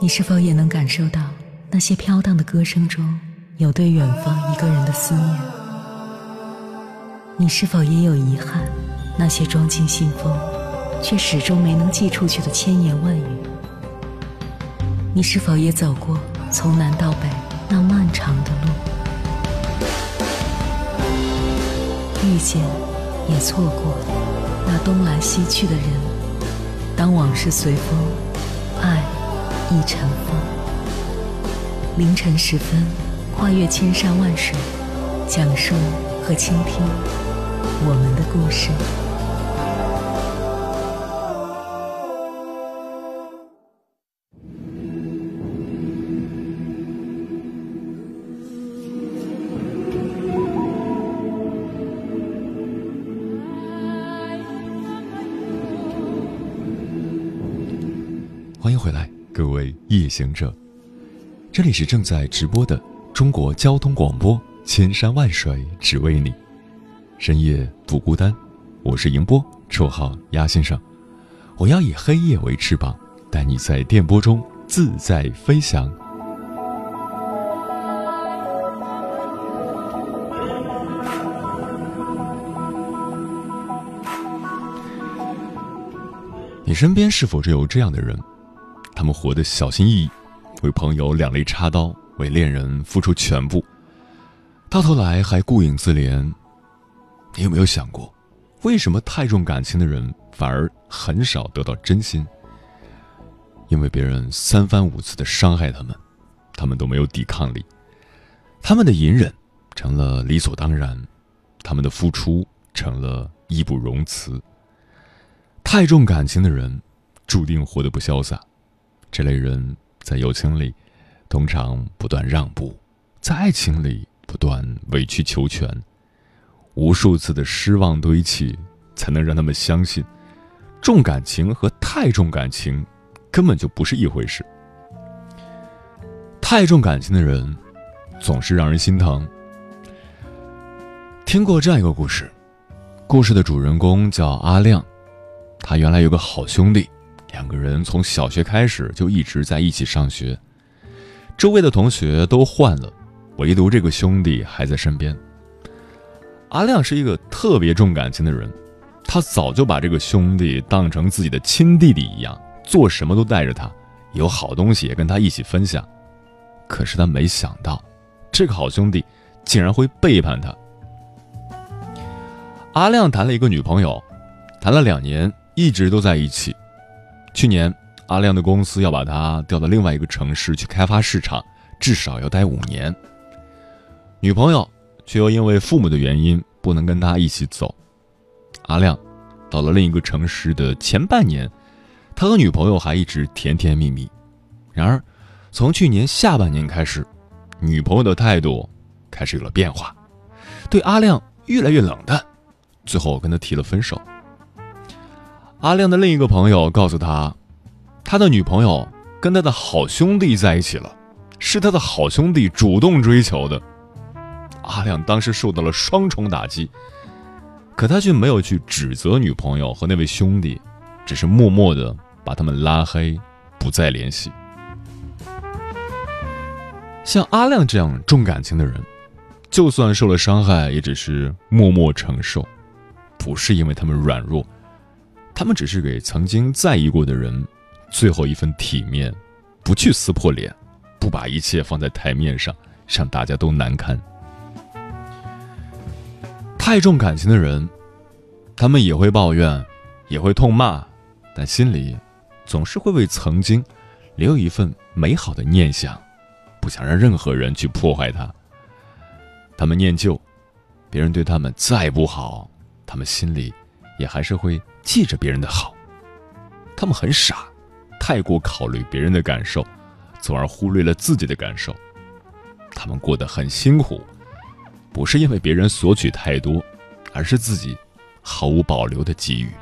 你是否也能感受到那些飘荡的歌声中有对远方一个人的思念？你是否也有遗憾，那些装进信封却始终没能寄出去的千言万语？你是否也走过从南到北那漫长的路？遇见也错过那东来西去的人，当往事随风，爱亦成风。凌晨时分，跨越千山万水，讲述和倾听我们的故事。 欢迎回来，各位夜行者，这里是正在直播的中国交通广播，千山万水只为你，深夜不孤单。我是迎波，绰号鸭先生。我要以黑夜为翅膀，带你在电波中自在飞翔。你身边是否只有这样的人？他们活得小心翼翼，为朋友两肋插刀，为恋人付出全部，到头来还顾影自怜。你有没有想过，为什么太重感情的人反而很少得到真心？因为别人三番五次的伤害他们，他们都没有抵抗力，他们的隐忍成了理所当然，他们的付出成了义不容辞。太重感情的人注定活得不潇洒，这类人在友情里通常不断让步，在爱情里不断委曲求全，无数次的失望堆砌，才能让他们相信重感情和太重感情根本就不是一回事。太重感情的人总是让人心疼。听过这样一个故事，故事的主人公叫阿亮，他原来有个好兄弟，两个人从小学开始就一直在一起上学，周围的同学都换了，唯独这个兄弟还在身边。阿亮是一个特别重感情的人，他早就把这个兄弟当成自己的亲弟弟一样，做什么都带着他，有好东西也跟他一起分享。可是他没想到，这个好兄弟竟然会背叛他。阿亮谈了一个女朋友，谈了2年，一直都在一起。去年阿亮的公司要把他调到另外一个城市去开发市场，至少要待5年。女朋友却又因为父母的原因不能跟他一起走。阿亮到了另一个城市的前半年，他和女朋友还一直甜甜蜜蜜。然而从去年下半年开始，女朋友的态度开始有了变化，对阿亮越来越冷淡，最后跟他提了分手。阿亮的另一个朋友告诉他，他的女朋友跟他的好兄弟在一起了，是他的好兄弟主动追求的。阿亮当时受到了双重打击，可他却没有去指责女朋友和那位兄弟，只是默默地把他们拉黑，不再联系。像阿亮这样重感情的人，就算受了伤害，也只是默默承受，不是因为他们软弱，他们只是给曾经在意过的人最后一份体面，不去撕破脸，不把一切放在台面上，让大家都难堪。太重感情的人，他们也会抱怨，也会痛骂，但心里总是会为曾经留一份美好的念想，不想让任何人去破坏它。他们念旧，别人对他们再不好，他们心里也还是会记着别人的好。他们很傻，太过考虑别人的感受，从而忽略了自己的感受。他们过得很辛苦，不是因为别人索取太多，而是自己毫无保留的给予。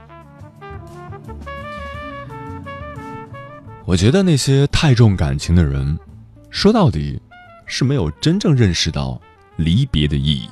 我觉得那些太重感情的人，说到底是没有真正认识到离别的意义。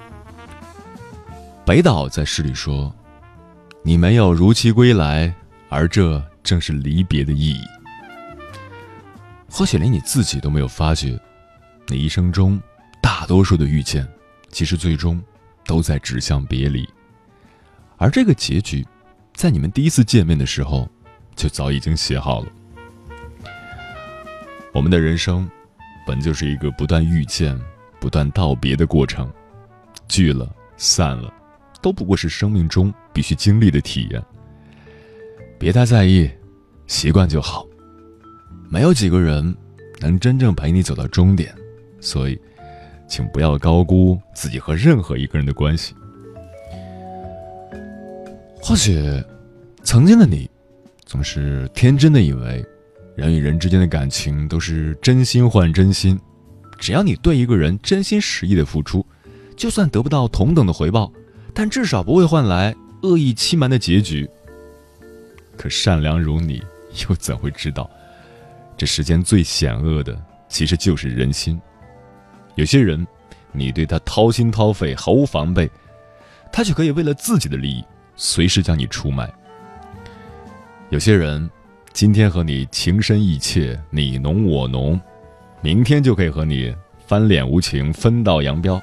北岛在诗里说，你没有如期归来，而这正是离别的意义。 或许连你自己都没有发觉，你一生中大多数的遇见，其实最终都在指向别离。而这个结局，在你们第一次见面的时候，就早已经写好了。我们的人生，本就是一个不断遇见、不断道别的过程，聚了、散了，都不过是生命中必须经历的体验。别太在意，习惯就好。没有几个人能真正陪你走到终点，所以请不要高估自己和任何一个人的关系。或许曾经的你总是天真的以为人与人之间的感情都是真心换真心，只要你对一个人真心实意的付出，就算得不到同等的回报，但至少不会换来恶意欺瞒的结局。可善良如你，又怎会知道这世间最险恶的其实就是人心。有些人你对他掏心掏肺毫无防备，他却可以为了自己的利益随时将你出卖。有些人今天和你情深意切，你侬我侬，明天就可以和你翻脸无情，分道扬镳。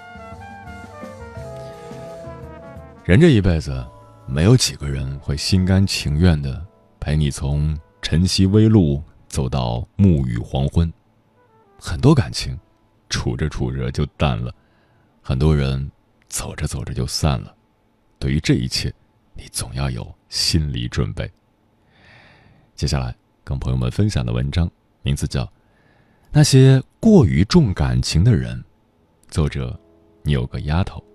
人这一辈子，没有几个人会心甘情愿地陪你从晨曦微露走到暮雨黄昏。很多感情处着处着就淡了，很多人走着走着就散了。对于这一切，你总要有心理准备。接下来跟朋友们分享的文章名字叫《那些过于重感情的人》，作者你有个丫头。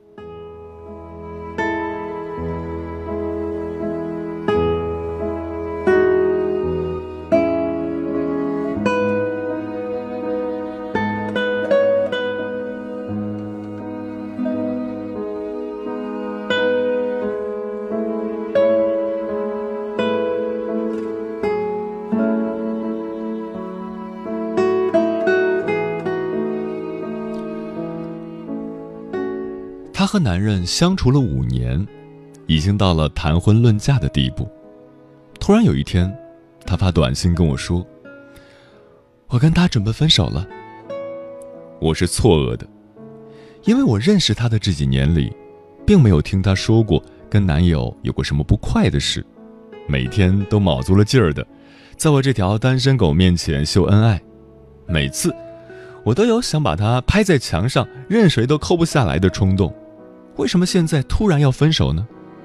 她和男人相处了5年，已经到了谈婚论嫁的地步。突然有一天，她发短信跟我说：“我跟他准备分手了。”我是错愕的，因为我认识她的这几年里，并没有听她说过跟男友有过什么不快的事，每天都卯足了劲儿的，在我这条单身狗面前秀恩爱。每次我都有想把她拍在墙上，任谁都抠不下来的冲动。为什么现在突然要分手呢？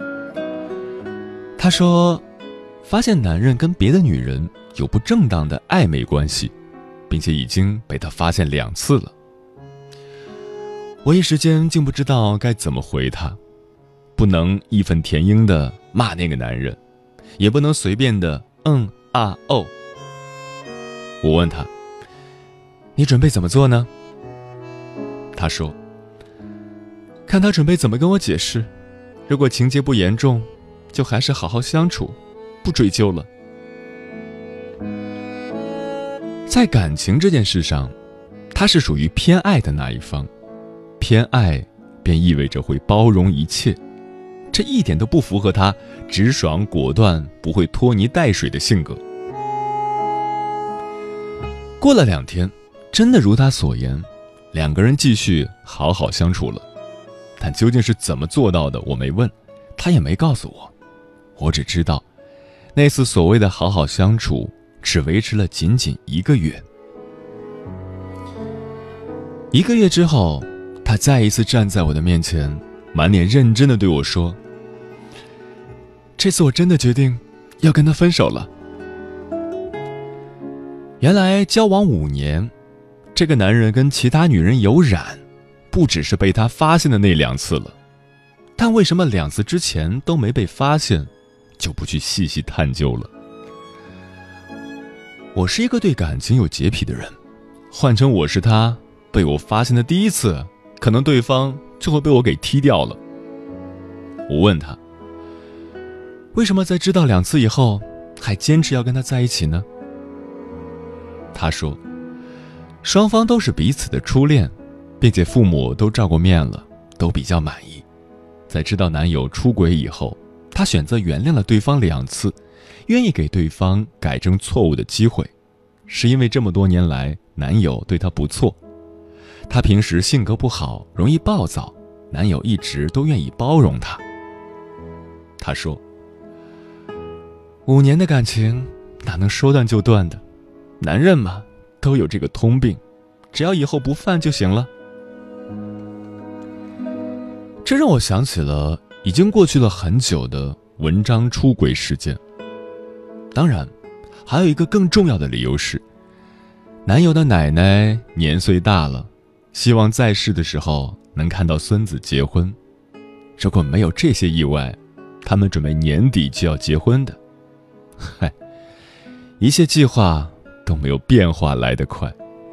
她说，发现男人跟别的女人有不正当的暧昧关系，并且已经被她发现2次了。我一时间竟不知道该怎么回她，不能义愤填膺地骂那个男人，也不能随便的哦。我问她，你准备怎么做呢？她说，看他准备怎么跟我解释，如果情节不严重，就还是好好相处，不追究了。在感情这件事上，他是属于偏爱的那一方，偏爱便意味着会包容一切，这一点都不符合他直爽果断、不会拖泥带水的性格。过了2天，真的如他所言，2个人继续好好相处了。但究竟是怎么做到的，我没问，他也没告诉我。我只知道，那次所谓的好好相处，只维持了仅仅1个月。1个月之后，他再一次站在我的面前，满脸认真地对我说：“这次我真的决定要跟他分手了。”原来交往5年，这个男人跟其他女人有染，不只是被他发现的那2次了，但为什么2次之前都没被发现，就不去细细探究了。我是一个对感情有洁癖的人，换成我是他，被我发现的第1次，可能对方就会被我给踢掉了。我问他，为什么在知道2次以后，还坚持要跟他在一起呢？他说，双方都是彼此的初恋，并且父母都照过面了，都比较满意。在知道男友出轨以后，她选择原谅了对方2次，愿意给对方改正错误的机会。 是因为这么多年来男友对她不错。她平时性格不好，容易暴躁，男友一直都愿意包容她。她说，5年的感情哪能说断就断的，男人嘛都有这个通病，只要以后不犯就行了。这让我想起了已经过去了很久的文章出轨事件。当然还有一个更重要的理由是，男友的奶奶年岁大了，希望在世的时候能看到孙子结婚。如果没有这些意外，他们准备年底就要结婚的。嗨，一切计划都没有变化来得快。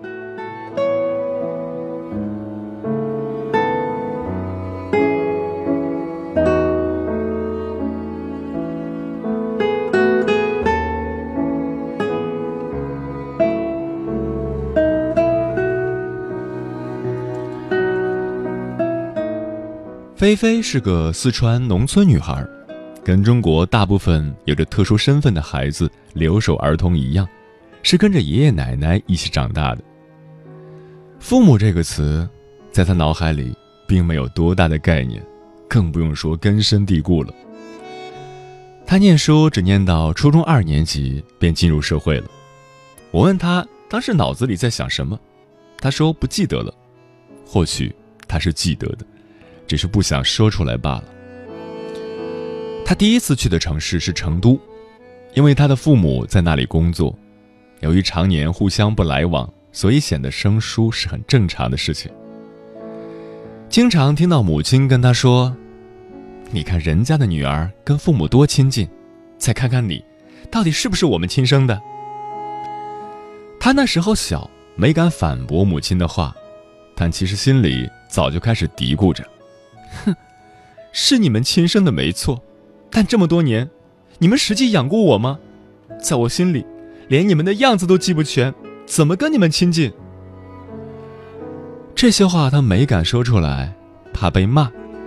菲菲是个四川农村女孩，跟中国大部分有着特殊身份的孩子留守儿童一样，是跟着爷爷奶奶一起长大的。父母这个词在她脑海里并没有多大的概念，更不用说根深蒂固了。她念书只念到初中2年级便进入社会了。我问她当时脑子里在想什么，她说不记得了。或许她是记得的，只是不想说出来罢了。他第一次去的城市是成都，因为他的父母在那里工作，由于常年互相不来往，所以显得生疏是很正常的事情。经常听到母亲跟他说，你看人家的女儿跟父母多亲近，再看看你，到底是不是我们亲生的？他那时候小，没敢反驳母亲的话，但其实心里早就开始嘀咕着，哼，是你们亲生的没错，但这么多年，你们实际养过我吗？在我心里，连你们的样子都记不全，怎么跟你们亲近？这些话他没敢说出来，怕被骂。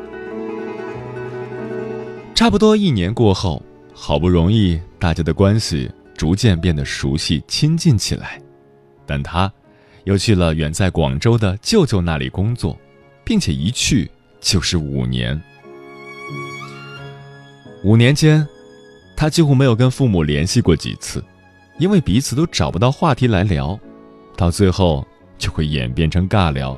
差不多1年过后，好不容易大家的关系逐渐变得熟悉亲近起来，但他又去了远在广州的舅舅那里工作，并且一去就是5年。5年间，他几乎没有跟父母联系过几次，因为彼此都找不到话题来聊，到最后就会演变成尬聊。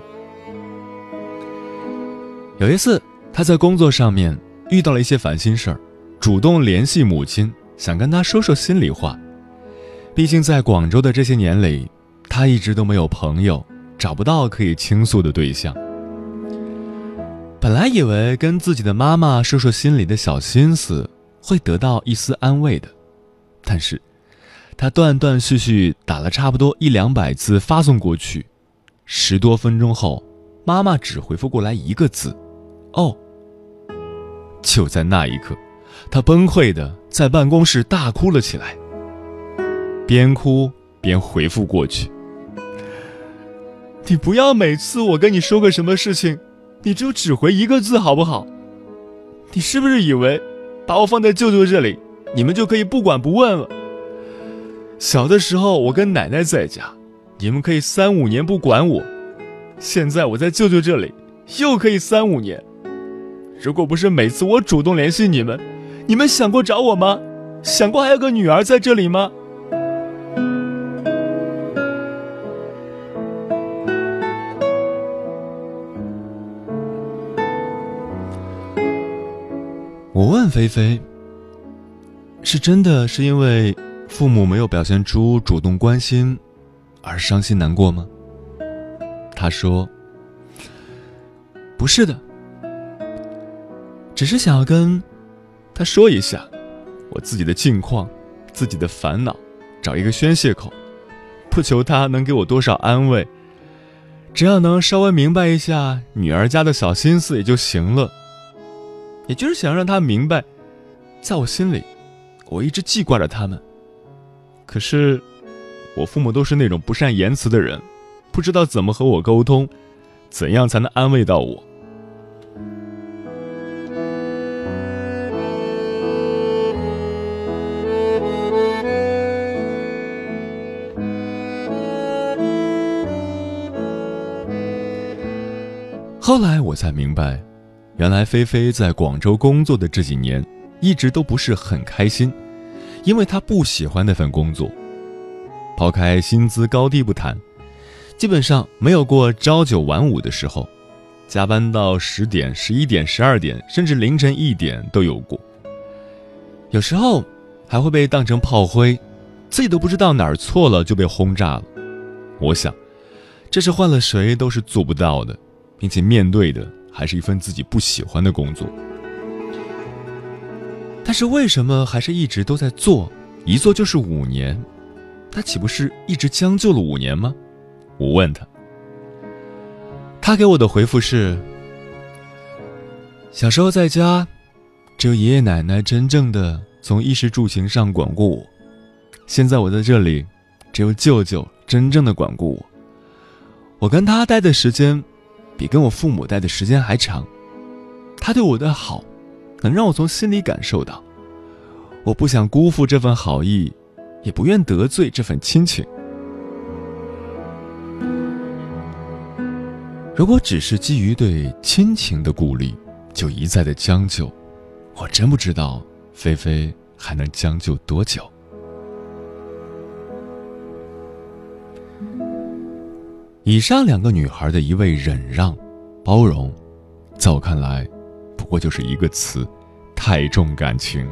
有一次，他在工作上面遇到了一些烦心事儿，主动联系母亲，想跟她说说心里话。毕竟在广州的这些年里，他一直都没有朋友，找不到可以倾诉的对象。本来以为跟自己的妈妈说说心里的小心思会得到一丝安慰的，但是他断断续续打了差不多100-200字发送过去，10多分钟后，妈妈只回复过来1个字：哦。就在那一刻，他崩溃地在办公室大哭了起来，边哭边回复过去：你不要每次我跟你说个什么事情，你就只回1个字好不好？你是不是以为把我放在舅舅这里，你们就可以不管不问了？小的时候我跟奶奶在家，你们可以3-5年不管我，现在我在舅舅这里又可以3-5年。如果不是每次我主动联系你们，你们想过找我吗？想过还有个女儿在这里吗？我问菲菲，是真的是因为父母没有表现出主动关心而伤心难过吗？她说，不是的，只是想要跟他说一下我自己的近况，自己的烦恼，找一个宣泄口，不求他能给我多少安慰，只要能稍微明白一下女儿家的小心思也就行了。也就是想让他明白，在我心里我一直记挂着他们。可是我父母都是那种不善言辞的人，不知道怎么和我沟通，怎样才能安慰到我。 后来我才明白，原来菲菲在广州工作的这几年一直都不是很开心，因为她不喜欢那份工作。抛开薪资高低不谈，基本上没有过朝九晚五的时候，加班到10点、11点、12点，甚至凌晨1点都有过。有时候还会被当成炮灰，自己都不知道哪儿错了就被轰炸了。我想，这是换了谁都是做不到的，并且面对的还是一份自己不喜欢的工作。但是为什么还是一直都在做，一做就是5年？他岂不是一直将就了5年吗？我问他。他给我的回复是：小时候在家，只有爷爷奶奶真正的从衣食住行上管过我，现在我在这里，只有舅舅真正的管过我。我跟他待的时间比跟我父母待的时间还长，他对我的好能让我从心里感受到，我不想辜负这份好意，也不愿得罪这份亲情。如果只是基于对亲情的顾虑就一再的将就，我真不知道菲菲还能将就多久。以上2个女孩的一味忍让、包容，在我看来不过就是一个词：太重感情。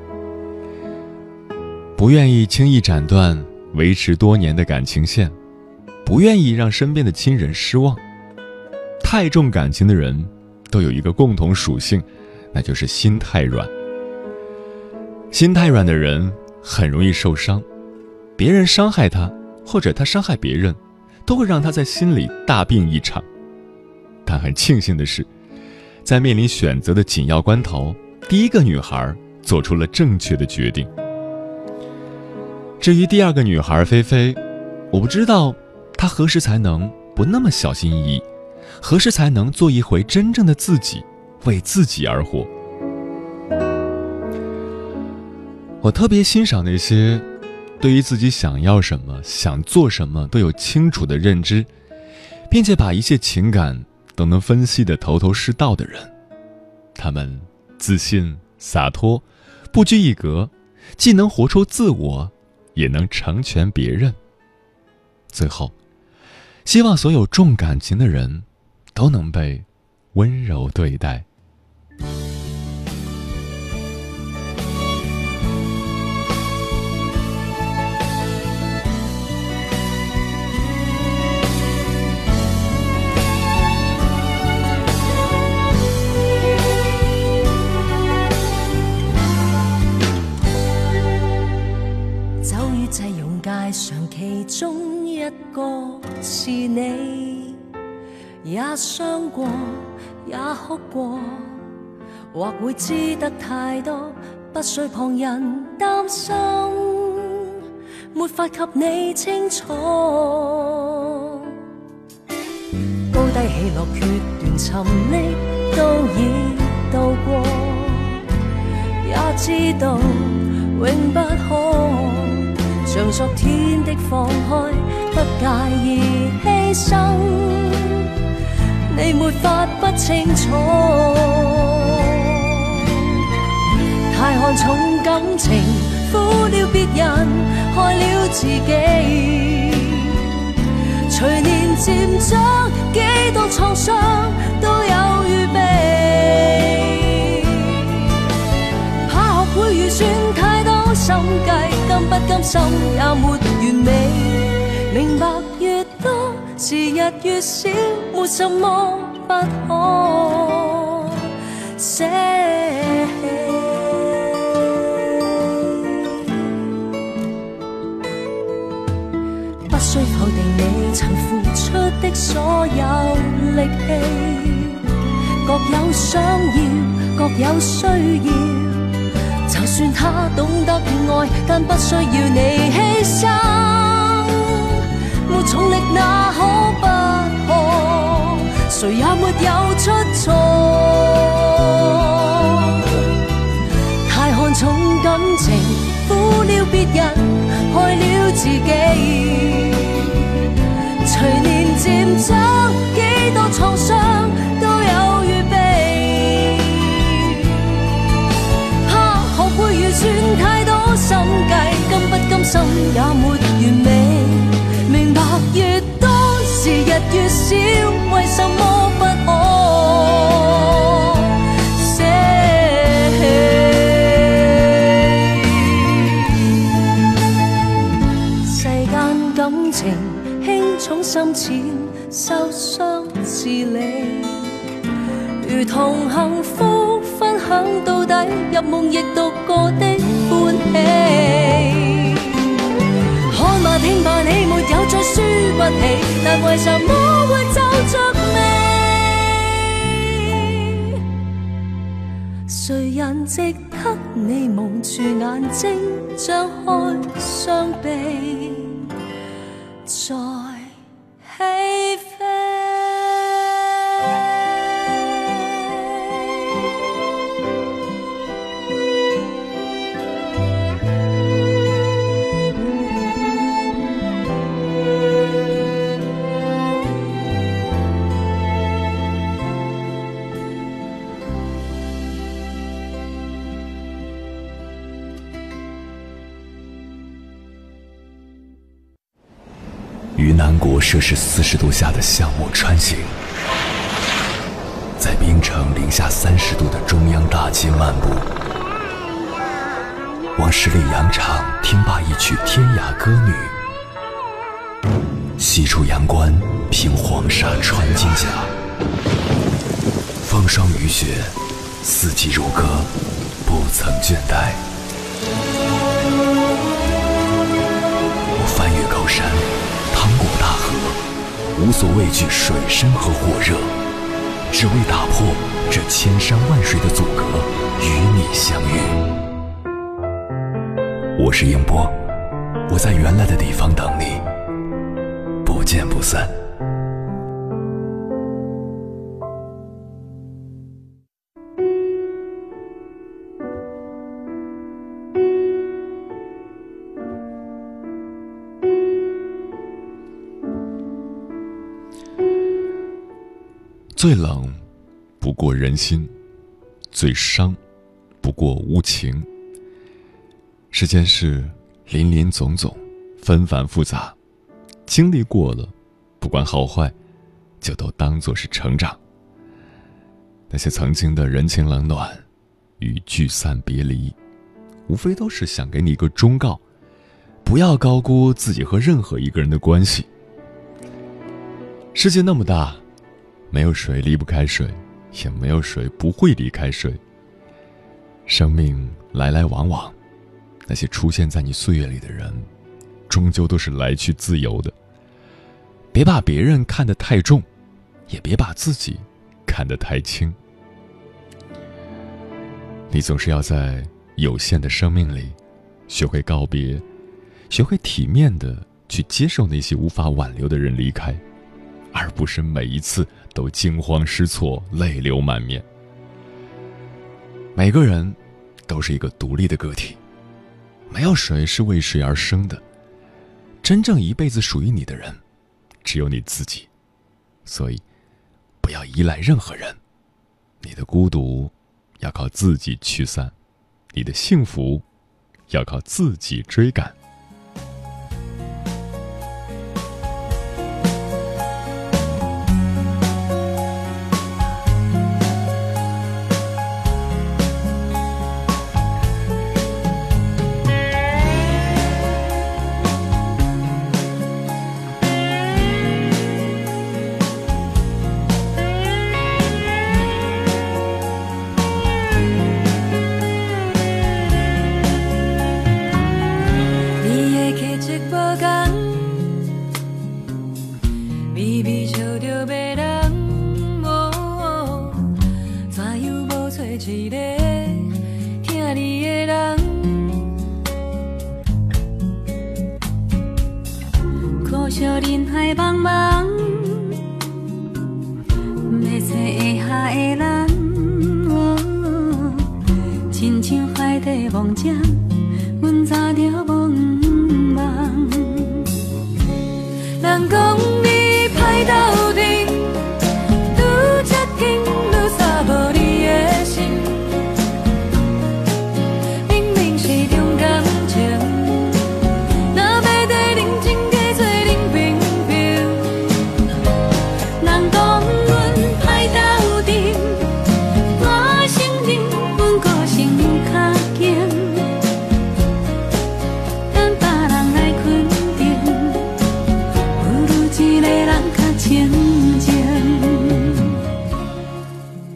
不愿意轻易斩断维持多年的感情线，不愿意让身边的亲人失望。太重感情的人都有一个共同属性，那就是心太软。心太软的人很容易受伤，别人伤害他，或者他伤害别人，都会让他在心里大病一场。但很庆幸的是，在面临选择的紧要关头，第一个女孩做出了正确的决定。至于第2个女孩菲菲，我不知道她何时才能不那么小心翼翼，何时才能做一回真正的自己，为自己而活。我特别欣赏那些对于自己想要什么、想做什么都有清楚的认知，并且把一切情感都能分析得头头是道的人。他们自信、洒脱，不拘一格，既能活出自我，也能成全别人。最后，希望所有重感情的人都能被温柔对待。 上其中一個是你，也傷過，也哭過，或會知得太多，不需旁人擔心，沒法給你清楚。高低起落決斷沉溺都已渡過，也知道永不可像昨天的放開，不介意犧牲，你沒法不清楚。太看重感情，苦了別人，害了自己。隨年漸長，幾多創傷都有預備，怕學會預算太多心計。甘不甘心也沒完美，明白越多，時日越少，沒什麼不可捨棄。不需否定你曾付出的所有力氣，各有想要，各有需要。就算他懂得愛，但不需要你犧牲。沒重力那可不可？誰也沒有出錯。太看重感情，苦了別人，害了自己。隨年漸長，幾多創傷都心也没完美。明白越多时日越少，为什么不可捨棄？世間感情輕重深淺，受傷自理。如同幸福分享到底，入夢亦獨個的歡喜。看吧聽吧，你沒有再輸不起，但為什麼會皺着眉？誰人值得你蒙住眼睛，張開雙臂，再起飛？ 于南国摄氏40度下的项目穿行，在冰城零下30度的中央大街漫步，往十里洋场听罢一曲天涯歌女，西出阳关凭黄沙穿金甲，风霜雨雪，四季如歌，不曾倦怠。我翻越高山，趟过大河，无所畏惧水深和火热，只为打破这千山万水的阻隔，与你相遇。我是英波，我在原来的地方等你，不见不散。 最冷不过人心，最伤不过无情。世间事林林总总，纷繁复杂，经历过了，不管好坏，就都当作是成长。那些曾经的人情冷暖与聚散别离，无非都是想给你一个忠告，不要高估自己和任何一个人的关系。世界那么大，没有谁离不开谁，也没有谁不会离开谁。生命来来往往，那些出现在你岁月里的人，终究都是来去自由的。别把别人看得太重，也别把自己看得太轻。你总是要在有限的生命里，学会告别，学会体面地去接受那些无法挽留的人离开，而不是每一次都惊慌失措，泪流满面。每个人都是一个独立的个体，没有谁是为谁而生的。真正一辈子属于你的人，只有你自己。所以，不要依赖任何人。你的孤独要靠自己驱散，你的幸福要靠自己追赶。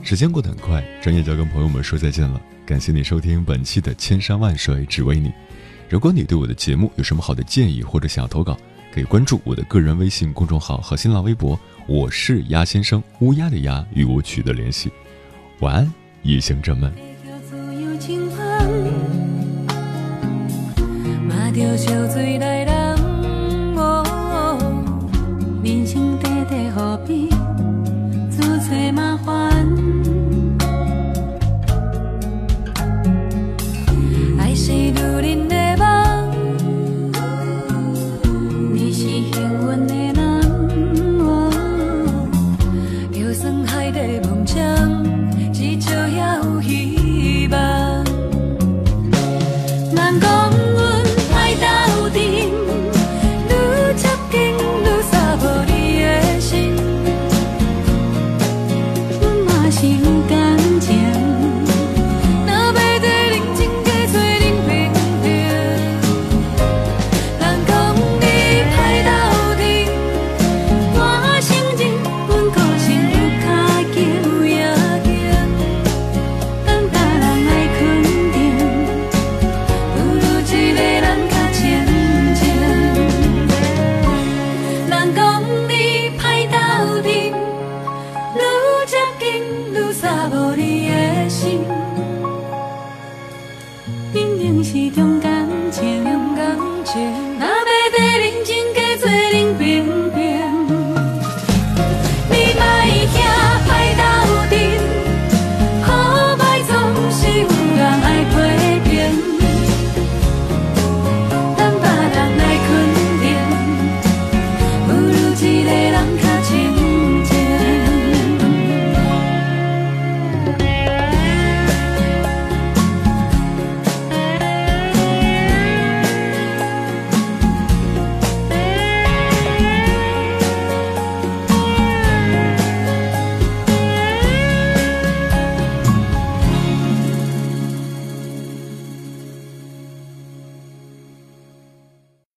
时间过得很快，转眼就要跟朋友们说再见了。感谢你收听本期的千山万水只为你。如果你对我的节目有什么好的建议或者想要投稿，可以关注我的个人微信公众号和新浪微博，我是鸭先生，乌鸦的鸭，与我取得联系。晚安，夜行者们。 嘛着烧水来